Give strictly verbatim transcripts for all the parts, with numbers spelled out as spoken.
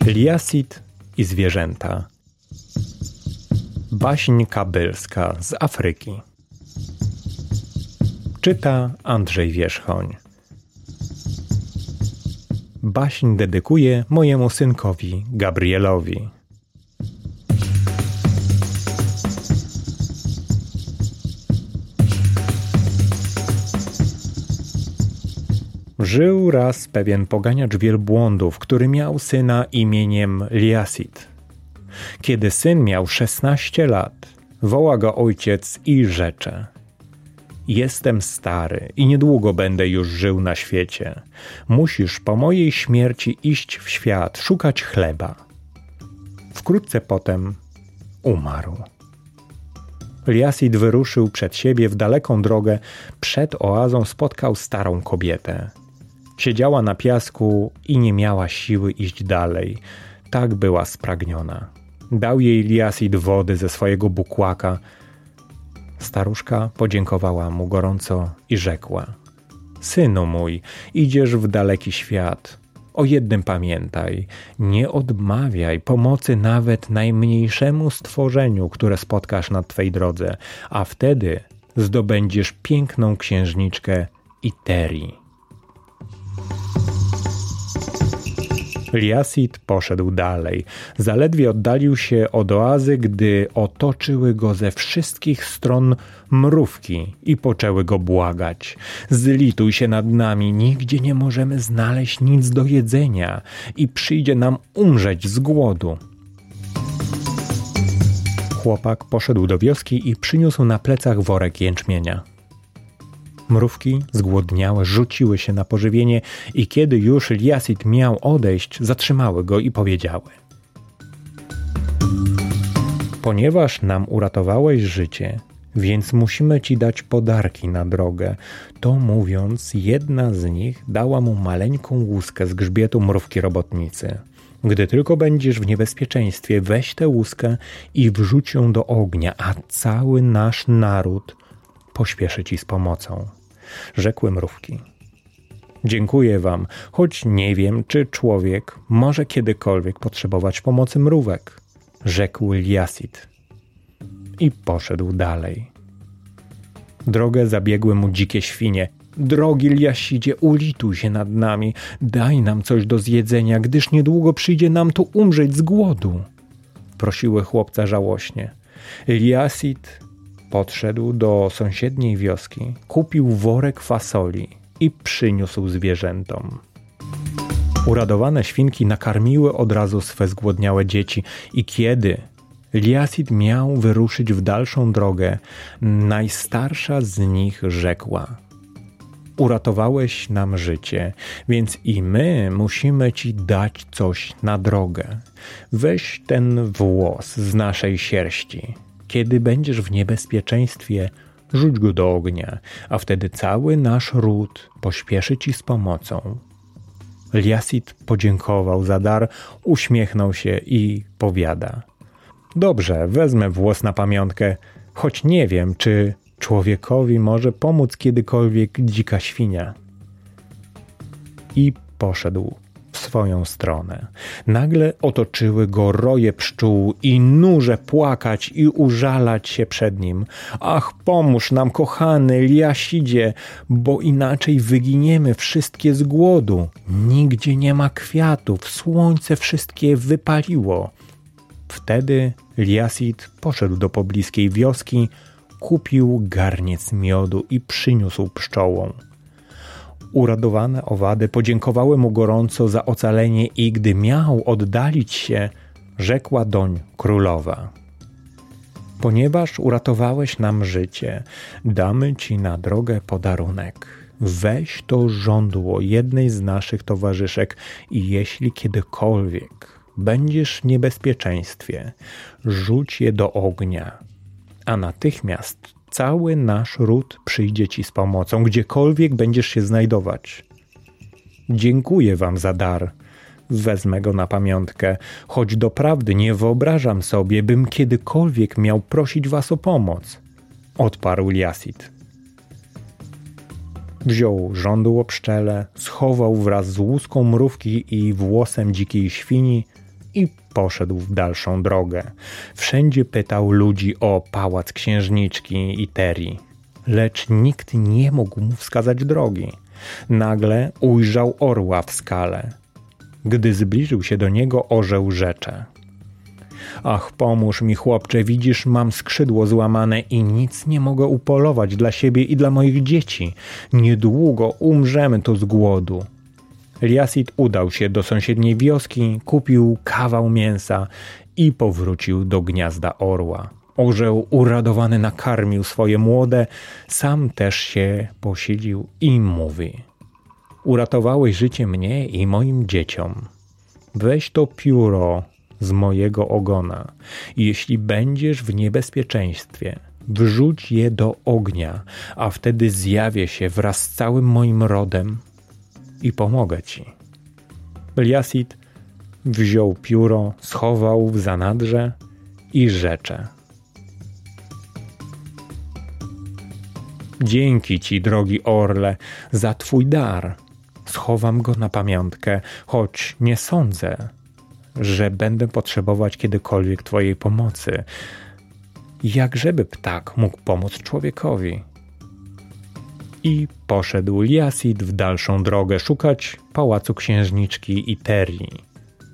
Liasid i zwierzęta. Baśń kabylska z Afryki. Czyta Andrzej Wierzchoń. Baśń dedykuję mojemu synkowi Gabrielowi. Żył raz pewien poganiacz wielbłądów, który miał syna imieniem Liasid. Kiedy syn miał szesnaście lat, woła go ojciec i rzecze: jestem stary i niedługo będę już żył na świecie. Musisz po mojej śmierci iść w świat, szukać chleba. Wkrótce potem umarł. Liasid wyruszył przed siebie w daleką drogę. Przed oazą spotkał starą kobietę. Siedziała na piasku i nie miała siły iść dalej. Tak była spragniona. Dał jej Liasid wody ze swojego bukłaka. Staruszka podziękowała mu gorąco i rzekła: synu mój, idziesz w daleki świat. O jednym pamiętaj, nie odmawiaj pomocy nawet najmniejszemu stworzeniu, które spotkasz na twej drodze, a wtedy zdobędziesz piękną księżniczkę Iteri. Liasid poszedł dalej. Zaledwie oddalił się od oazy, gdy otoczyły go ze wszystkich stron mrówki i poczęły go błagać: zlituj się nad nami, nigdzie nie możemy znaleźć nic do jedzenia i przyjdzie nam umrzeć z głodu. Chłopak poszedł do wioski i przyniósł na plecach worek jęczmienia. Mrówki, zgłodniałe, rzuciły się na pożywienie i kiedy już Liasid miał odejść, zatrzymały go i powiedziały: ponieważ nam uratowałeś życie, więc musimy ci dać podarki na drogę. To mówiąc, jedna z nich dała mu maleńką łuskę z grzbietu mrówki robotnicy. Gdy tylko będziesz w niebezpieczeństwie, weź tę łuskę i wrzuć ją do ognia, a cały nasz naród pośpieszy ci z pomocą. Rzekły mrówki: dziękuję wam, choć nie wiem, czy człowiek może kiedykolwiek potrzebować pomocy mrówek. Rzekł Liasid i poszedł dalej. Drogę zabiegły mu dzikie świnie. Drogi Liasidzie, ulituj się nad nami, daj nam coś do zjedzenia, gdyż niedługo przyjdzie nam tu umrzeć z głodu. Prosiły chłopca żałośnie. Liasid podszedł do sąsiedniej wioski, kupił worek fasoli i przyniósł zwierzętom. Uradowane świnki nakarmiły od razu swe zgłodniałe dzieci i kiedy Liasid miał wyruszyć w dalszą drogę, najstarsza z nich rzekła: uratowałeś nam życie, więc i my musimy ci dać coś na drogę. Weź ten włos z naszej sierści. Kiedy będziesz w niebezpieczeństwie, rzuć go do ognia, a wtedy cały nasz ród pośpieszy ci z pomocą. Liasid podziękował za dar, uśmiechnął się i powiada: dobrze, wezmę włos na pamiątkę, choć nie wiem, czy człowiekowi może pomóc kiedykolwiek dzika świnia. I poszedł w swoją stronę. Nagle otoczyły go roje pszczół i nuże płakać i użalać się przed nim. Ach, pomóż nam, kochany Liasidzie, bo inaczej wyginiemy wszystkie z głodu. Nigdzie nie ma kwiatów, słońce wszystkie wypaliło. Wtedy Liasid poszedł do pobliskiej wioski, kupił garniec miodu i przyniósł pszczołom. Uradowane owady podziękowały mu gorąco za ocalenie i gdy miał oddalić się, rzekła doń królowa: ponieważ uratowałeś nam życie, damy ci na drogę podarunek. Weź to żądło jednej z naszych towarzyszek i jeśli kiedykolwiek będziesz w niebezpieczeństwie, rzuć je do ognia, a natychmiast cały nasz ród przyjdzie ci z pomocą, gdziekolwiek będziesz się znajdować. Dziękuję wam za dar. Wezmę go na pamiątkę, choć doprawdy nie wyobrażam sobie, bym kiedykolwiek miał prosić was o pomoc. Odparł Liasid. Wziął żądło pszczele, schował wraz z łuską mrówki i włosem dzikiej świni, i poszedł w dalszą drogę. Wszędzie pytał ludzi o pałac księżniczki Iterii, lecz nikt nie mógł mu wskazać drogi. Nagle ujrzał orła w skale. Gdy zbliżył się do niego, orzeł rzecze: Ach, pomóż mi, chłopcze, widzisz, mam skrzydło złamane i nic nie mogę upolować dla siebie i dla moich dzieci. Niedługo umrzemy tu z głodu. Liasid udał się do sąsiedniej wioski, kupił kawał mięsa i powrócił do gniazda orła. Orzeł uradowany nakarmił swoje młode, sam też się posilił i mówi: Uratowałeś życie mnie i moim dzieciom. Weź to pióro z mojego ogona. Jeśli będziesz w niebezpieczeństwie, wrzuć je do ognia, a wtedy zjawię się wraz z całym moim rodem i pomogę ci. Liasid wziął pióro, schował w zanadrze i rzecze: Dzięki ci, drogi orle, za twój dar. Schowam go na pamiątkę, choć nie sądzę, że będę potrzebować kiedykolwiek twojej pomocy. Jakżeby ptak mógł pomóc człowiekowi? I poszedł Liasid w dalszą drogę szukać pałacu księżniczki Iterii,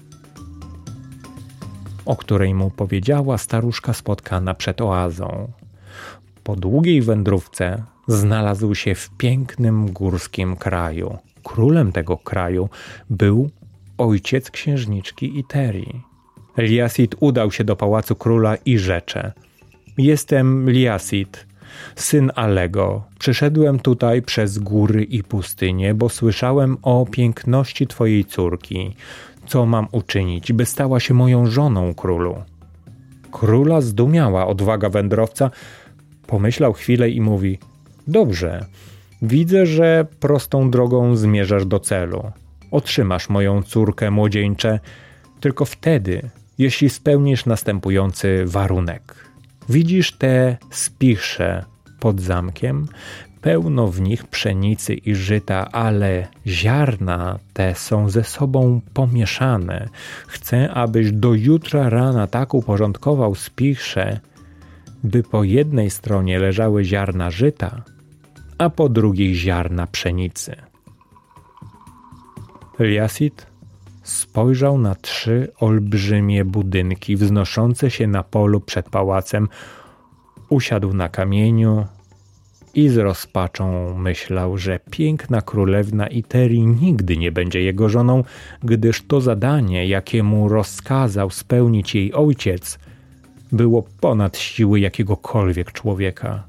o której mu powiedziała staruszka spotkana przed oazą. Po długiej wędrówce znalazł się w pięknym górskim kraju. Królem tego kraju był ojciec księżniczki Iterii. Liasid udał się do pałacu króla i rzecze: Jestem Liasid, syn Alego. Przyszedłem tutaj przez góry i pustynie, bo słyszałem o piękności twojej córki. Co mam uczynić, by stała się moją żoną, królu? Króla zdumiała odwaga wędrowca. Pomyślał chwilę i mówi: Dobrze, widzę, że prostą drogą zmierzasz do celu. Otrzymasz moją córkę, młodzieńcze, tylko wtedy, jeśli spełnisz następujący warunek. Widzisz te spichrze pod zamkiem? Pełno w nich pszenicy i żyta, ale ziarna te są ze sobą pomieszane. Chcę, abyś do jutra rana tak uporządkował spichrze, by po jednej stronie leżały ziarna żyta, a po drugiej ziarna pszenicy. Liasid spojrzał na trzy olbrzymie budynki wznoszące się na polu przed pałacem, usiadł na kamieniu i z rozpaczą myślał, że piękna królewna Iterii nigdy nie będzie jego żoną, gdyż to zadanie, jakie mu rozkazał spełnić jej ojciec, było ponad siły jakiegokolwiek człowieka.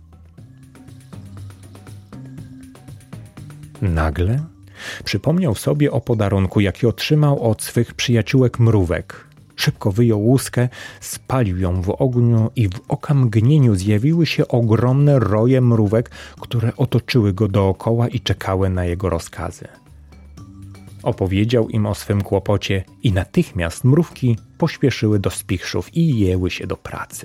Nagle przypomniał sobie o podarunku, jaki otrzymał od swych przyjaciółek mrówek. Szybko wyjął łuskę, spalił ją w ogniu i w okamgnieniu zjawiły się ogromne roje mrówek, które otoczyły go dookoła i czekały na jego rozkazy. Opowiedział im o swym kłopocie i natychmiast mrówki pośpieszyły do spichrzów i jęły się do pracy.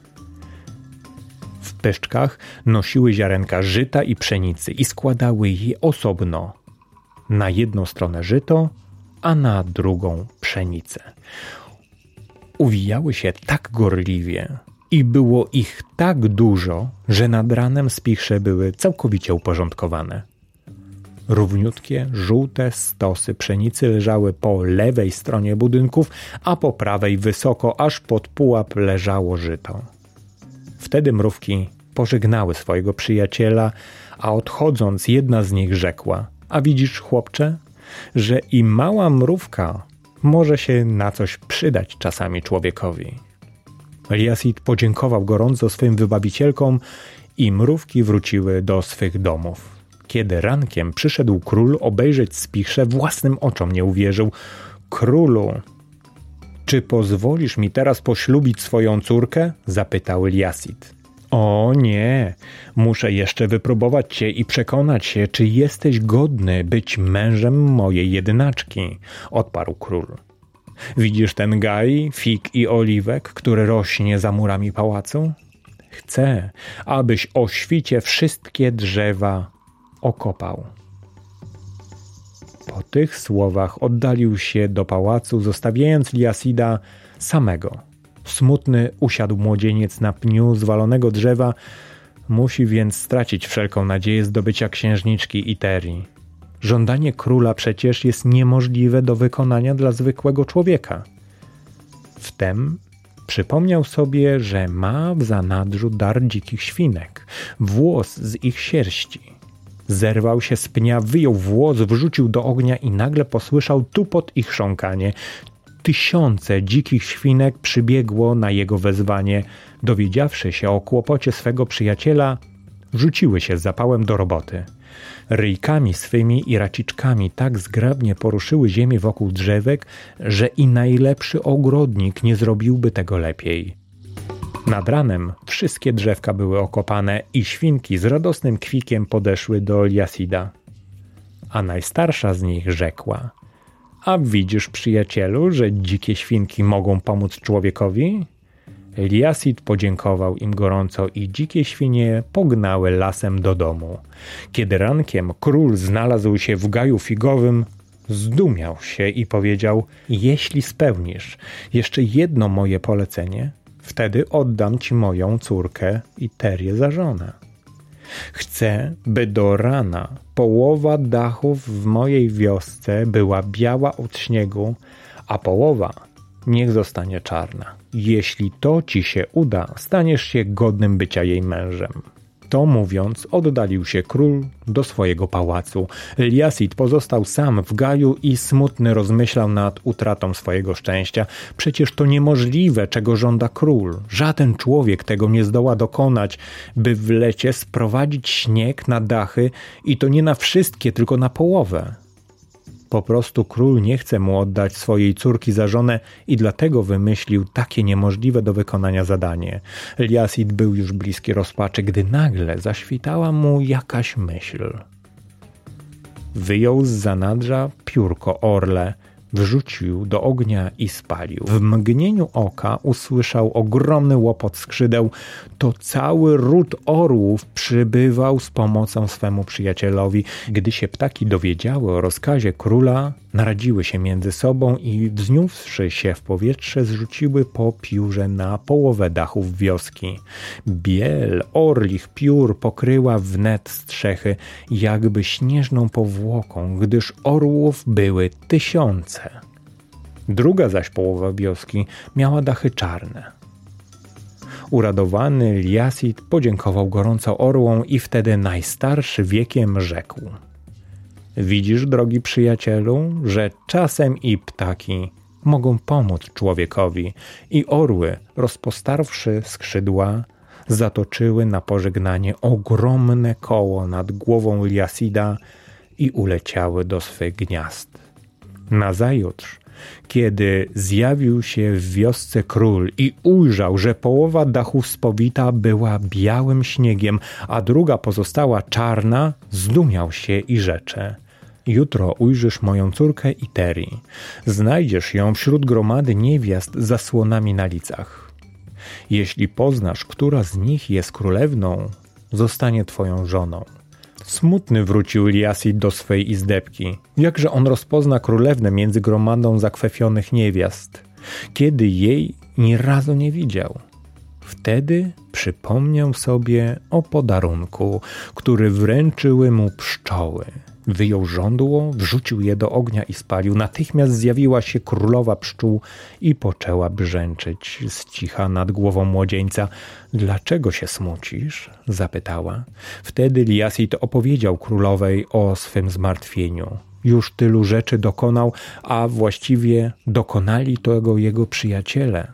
W pyszczkach nosiły ziarenka żyta i pszenicy i składały je osobno. Na jedną stronę żyto, a na drugą pszenicę. Uwijały się tak gorliwie i było ich tak dużo, że nad ranem spichrze były całkowicie uporządkowane. Równiutkie, żółte stosy pszenicy leżały po lewej stronie budynków, a po prawej wysoko, aż pod pułap leżało żyto. Wtedy mrówki pożegnały swojego przyjaciela, a odchodząc jedna z nich rzekła: A widzisz, chłopcze, że i mała mrówka może się na coś przydać czasami człowiekowi. Liasid podziękował gorąco swym wybawicielkom i mrówki wróciły do swych domów. Kiedy rankiem przyszedł król obejrzeć spichrze, własnym oczom nie uwierzył. Królu, czy pozwolisz mi teraz poślubić swoją córkę? Zapytał Liasid. O nie, muszę jeszcze wypróbować cię i przekonać się, czy jesteś godny być mężem mojej jedynaczki, odparł król. Widzisz ten gaj, fig i oliwek, który rośnie za murami pałacu? Chcę, abyś o świcie wszystkie drzewa okopał. Po Po tych słowach oddalił się do pałacu, zostawiając Liasida samego. Smutny usiadł młodzieniec na pniu zwalonego drzewa, musi więc stracić wszelką nadzieję zdobycia księżniczki Iterii. Żądanie króla przecież jest niemożliwe do wykonania dla zwykłego człowieka. Wtem przypomniał sobie, że ma w zanadrzu dar dzikich świnek, włos z ich sierści. Zerwał się z pnia, wyjął włos, wrzucił do ognia i nagle posłyszał tupot i chrząkanie. Tysiące dzikich świnek przybiegło na jego wezwanie. Dowiedziawszy się o kłopocie swego przyjaciela, rzuciły się z zapałem do roboty. Ryjkami swymi i raciczkami tak zgrabnie poruszyły ziemię wokół drzewek, że i najlepszy ogrodnik nie zrobiłby tego lepiej. Nad ranem wszystkie drzewka były okopane i świnki z radosnym kwikiem podeszły do Liasida. A najstarsza z nich rzekła: a widzisz, przyjacielu, że dzikie świnki mogą pomóc człowiekowi? Liasid podziękował im gorąco i dzikie świnie pognały lasem do domu. Kiedy rankiem król znalazł się w gaju figowym, zdumiał się i powiedział: jeśli spełnisz jeszcze jedno moje polecenie, wtedy oddam ci moją córkę Iterię za żonę. Chcę, by do rana połowa dachów w mojej wiosce była biała od śniegu, a połowa niech zostanie czarna. Jeśli to ci się uda, staniesz się godnym bycia jej mężem. To mówiąc, oddalił się król do swojego pałacu. Liasid pozostał sam w gaju i smutny rozmyślał nad utratą swojego szczęścia. Przecież to niemożliwe, czego żąda król. Żaden człowiek tego nie zdoła dokonać, by w lecie sprowadzić śnieg na dachy i to nie na wszystkie, tylko na połowę. Po prostu król nie chce mu oddać swojej córki za żonę i dlatego wymyślił takie niemożliwe do wykonania zadanie. Liasid był już bliski rozpaczy, gdy nagle zaświtała mu jakaś myśl. Wyjął z zanadrza piórko orle, wrzucił do ognia i spalił. W mgnieniu oka usłyszał ogromny łopot skrzydeł. To cały ród orłów przybywał z pomocą swemu przyjacielowi. Gdy się ptaki dowiedziały o rozkazie króla, naradziły się między sobą i wzniósłszy się w powietrze, zrzuciły po piórze na połowę dachów wioski. Biel orlich piór pokryła wnet strzechy, jakby śnieżną powłoką, gdyż orłów były tysiące. Druga zaś połowa wioski miała dachy czarne. Uradowany Liasid podziękował gorąco orłom i wtedy najstarszy wiekiem rzekł: widzisz, drogi przyjacielu, że czasem i ptaki mogą pomóc człowiekowi i orły, rozpostarwszy skrzydła, zatoczyły na pożegnanie ogromne koło nad głową Liasida i uleciały do swych gniazd. Nazajutrz, kiedy zjawił się w wiosce król i ujrzał, że połowa dachów spowita była białym śniegiem, a druga pozostała czarna, zdumiał się i rzecze: jutro ujrzysz moją córkę Iterii. Znajdziesz ją wśród gromady niewiast z zasłonami na licach. Jeśli poznasz, która z nich jest królewną, zostanie twoją żoną. Smutny wrócił Liasid do swej izdebki. Jakże on rozpozna królewnę między gromadą zakwefionych niewiast, kiedy jej ni razu nie widział? Wtedy przypomniał sobie o podarunku, który wręczyły mu pszczoły. Wyjął żądło, wrzucił je do ognia i spalił. Natychmiast zjawiła się królowa pszczół i poczęła brzęczeć z cicha nad głową młodzieńca. Dlaczego się smucisz? Zapytała. Wtedy Liasid opowiedział królowej o swym zmartwieniu. Już tylu rzeczy dokonał, a właściwie dokonali tego jego przyjaciele.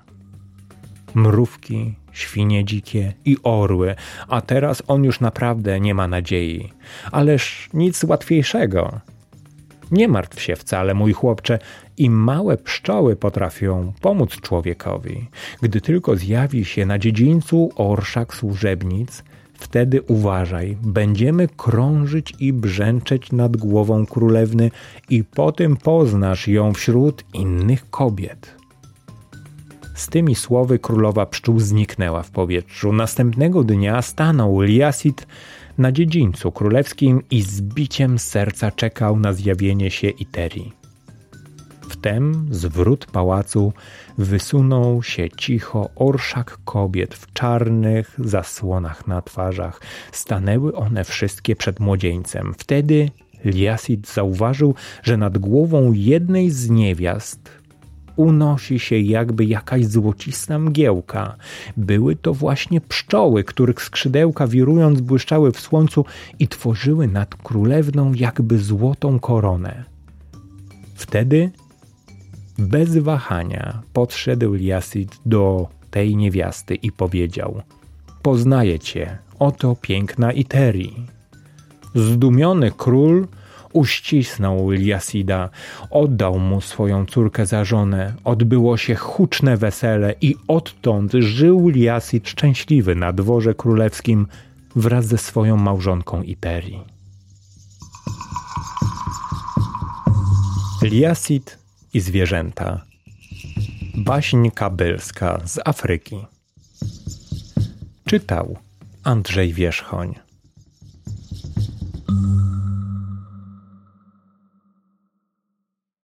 Mrówki, świnie dzikie i orły, a teraz on już naprawdę nie ma nadziei. Ależ nic łatwiejszego. Nie martw się wcale, mój chłopcze, i małe pszczoły potrafią pomóc człowiekowi. Gdy tylko zjawi się na dziedzińcu orszak służebnic, wtedy uważaj, będziemy krążyć i brzęczeć nad głową królewny i potem poznasz ją wśród innych kobiet. Z tymi słowy królowa pszczół zniknęła w powietrzu. Następnego dnia stanął Liasid na dziedzińcu królewskim i z biciem serca czekał na zjawienie się Iterii. Wtem z wrót pałacu wysunął się cicho orszak kobiet w czarnych zasłonach na twarzach. Stanęły one wszystkie przed młodzieńcem. Wtedy Liasid zauważył, że nad głową jednej z niewiast unosi się jakby jakaś złocista mgiełka. Były to właśnie pszczoły, których skrzydełka wirując błyszczały w słońcu i tworzyły nad królewną jakby złotą koronę. Wtedy bez wahania podszedł Liasid do tej niewiasty i powiedział: poznaję cię, oto piękna Iterii. Zdumiony król uścisnął Liasida, oddał mu swoją córkę za żonę. Odbyło się huczne wesele i odtąd żył Liasid szczęśliwy na dworze królewskim wraz ze swoją małżonką Iterii. Liasid i zwierzęta. Baśń kabylska z Afryki. Czytał Andrzej Wierzchoń.